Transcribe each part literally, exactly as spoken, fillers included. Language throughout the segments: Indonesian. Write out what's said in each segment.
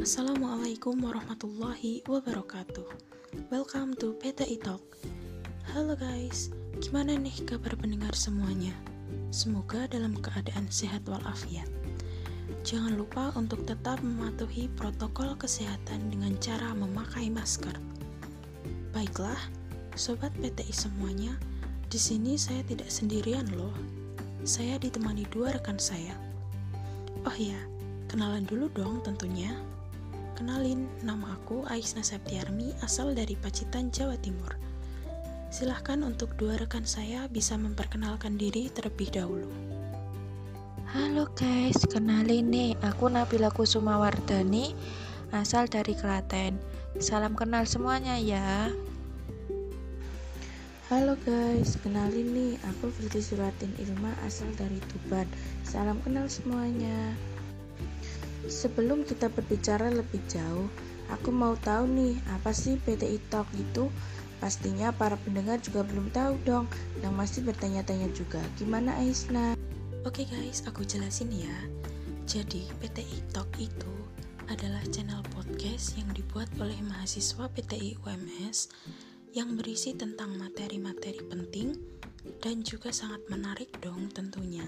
Assalamualaikum warahmatullahi wabarakatuh. Welcome to P T I Talk. Halo guys, gimana nih kabar pendengar semuanya? Semoga dalam keadaan sehat walafiat. Jangan lupa untuk tetap mematuhi protokol kesehatan dengan cara memakai masker. Baiklah, sobat P T I semuanya, di sini saya tidak sendirian loh. Saya ditemani dua rekan saya. Oh ya, kenalan dulu dong tentunya. Kenalin, nama aku Aisna Septiarmi, asal dari Pacitan, Jawa Timur. Silahkan untuk dua rekan saya bisa memperkenalkan diri terlebih dahulu. Halo guys, kenalin nih, aku Nabila Kusumawardani, asal dari Klaten. Salam kenal semuanya ya. Halo guys, kenalin nih, aku Firti Suratin Ilma, asal dari Tuban. Salam kenal semuanya. Sebelum kita berbicara lebih jauh, aku mau tahu nih, apa sih P T I Talk itu? Pastinya para pendengar juga belum tahu dong, yang masih bertanya-tanya juga. Gimana Aisna? Oke guys, aku jelasin ya. Jadi P T I Talk itu adalah channel podcast yang dibuat oleh mahasiswa P T I U M S yang berisi tentang materi-materi penting dan juga sangat menarik dong tentunya.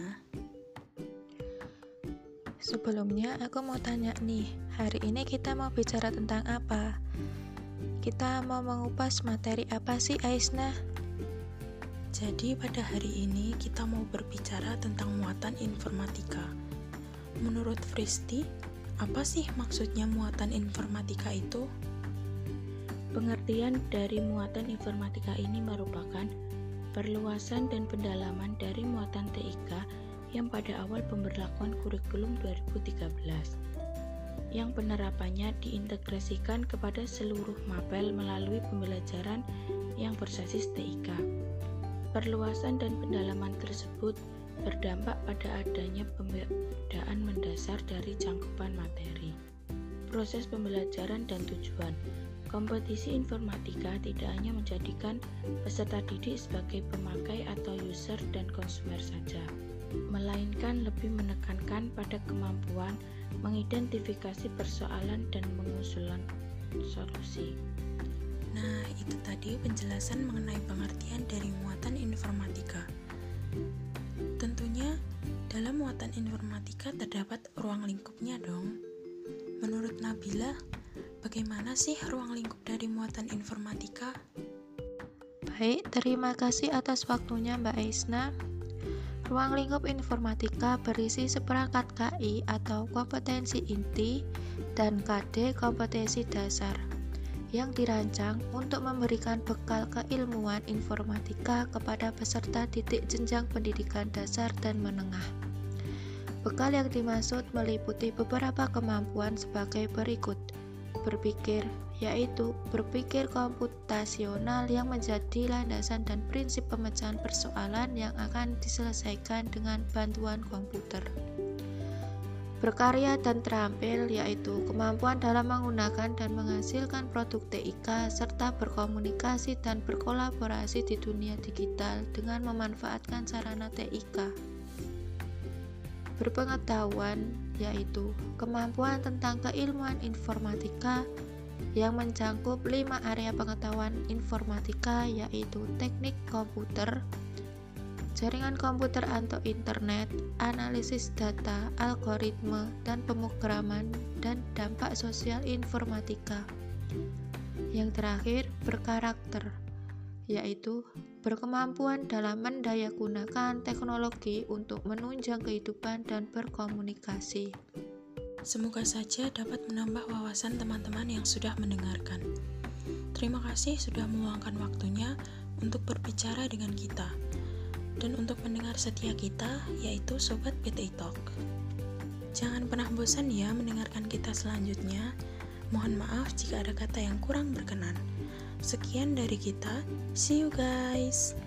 Sebelumnya aku mau tanya nih, hari ini kita mau bicara tentang apa? Kita mau mengupas materi apa sih Aisna? Jadi pada hari ini kita mau berbicara tentang muatan informatika. Menurut Fristi, apa sih maksudnya muatan informatika itu? Pengertian dari muatan informatika ini merupakan perluasan dan pendalaman dari muatan T I K yang pada awal pemberlakuan kurikulum dua ribu tiga belas, yang penerapannya diintegrasikan kepada seluruh mapel melalui pembelajaran yang berbasis T I K. Perluasan dan pendalaman tersebut berdampak pada adanya pembedaan mendasar dari cangkupan materi, proses pembelajaran dan tujuan. Kompetisi informatika tidak hanya menjadikan peserta didik sebagai pemakai atau user dan konsumer saja, melainkan lebih menekankan pada kemampuan mengidentifikasi persoalan dan mengusulkan solusi. Nah, itu tadi penjelasan mengenai pengertian dari muatan informatika. Tentunya, dalam muatan informatika terdapat ruang lingkupnya dong. Menurut Nabila, bagaimana sih ruang lingkup dari muatan informatika? Baik, terima kasih atas waktunya Mbak Aisna. Ruang lingkup informatika berisi seperangkat K I atau kompetensi inti dan K D kompetensi dasar yang dirancang untuk memberikan bekal keilmuan informatika kepada peserta didik jenjang pendidikan dasar dan menengah. Bekal yang dimaksud meliputi beberapa kemampuan sebagai berikut. Berpikir, yaitu berpikir komputasional yang menjadi landasan dan prinsip pemecahan persoalan yang akan diselesaikan dengan bantuan komputer. Berkarya dan terampil, yaitu kemampuan dalam menggunakan dan menghasilkan produk T I K serta berkomunikasi dan berkolaborasi di dunia digital dengan memanfaatkan sarana T I K. Berpengetahuan, yaitu kemampuan tentang keilmuan informatika yang mencakup lima area pengetahuan informatika, yaitu teknik komputer, jaringan komputer atau internet, analisis data, algoritma, dan pemrograman, dan dampak sosial informatika. Yang terakhir, berkarakter, yaitu berkemampuan dalam mendayagunakan teknologi untuk menunjang kehidupan dan berkomunikasi. Semoga saja dapat menambah wawasan teman-teman yang sudah mendengarkan. Terima kasih sudah meluangkan waktunya untuk berbicara dengan kita. Dan untuk pendengar setia kita, yaitu Sobat P T I Talk. Jangan pernah bosan ya mendengarkan kita selanjutnya. Mohon maaf jika ada kata yang kurang berkenan. Sekian dari kita, see you guys.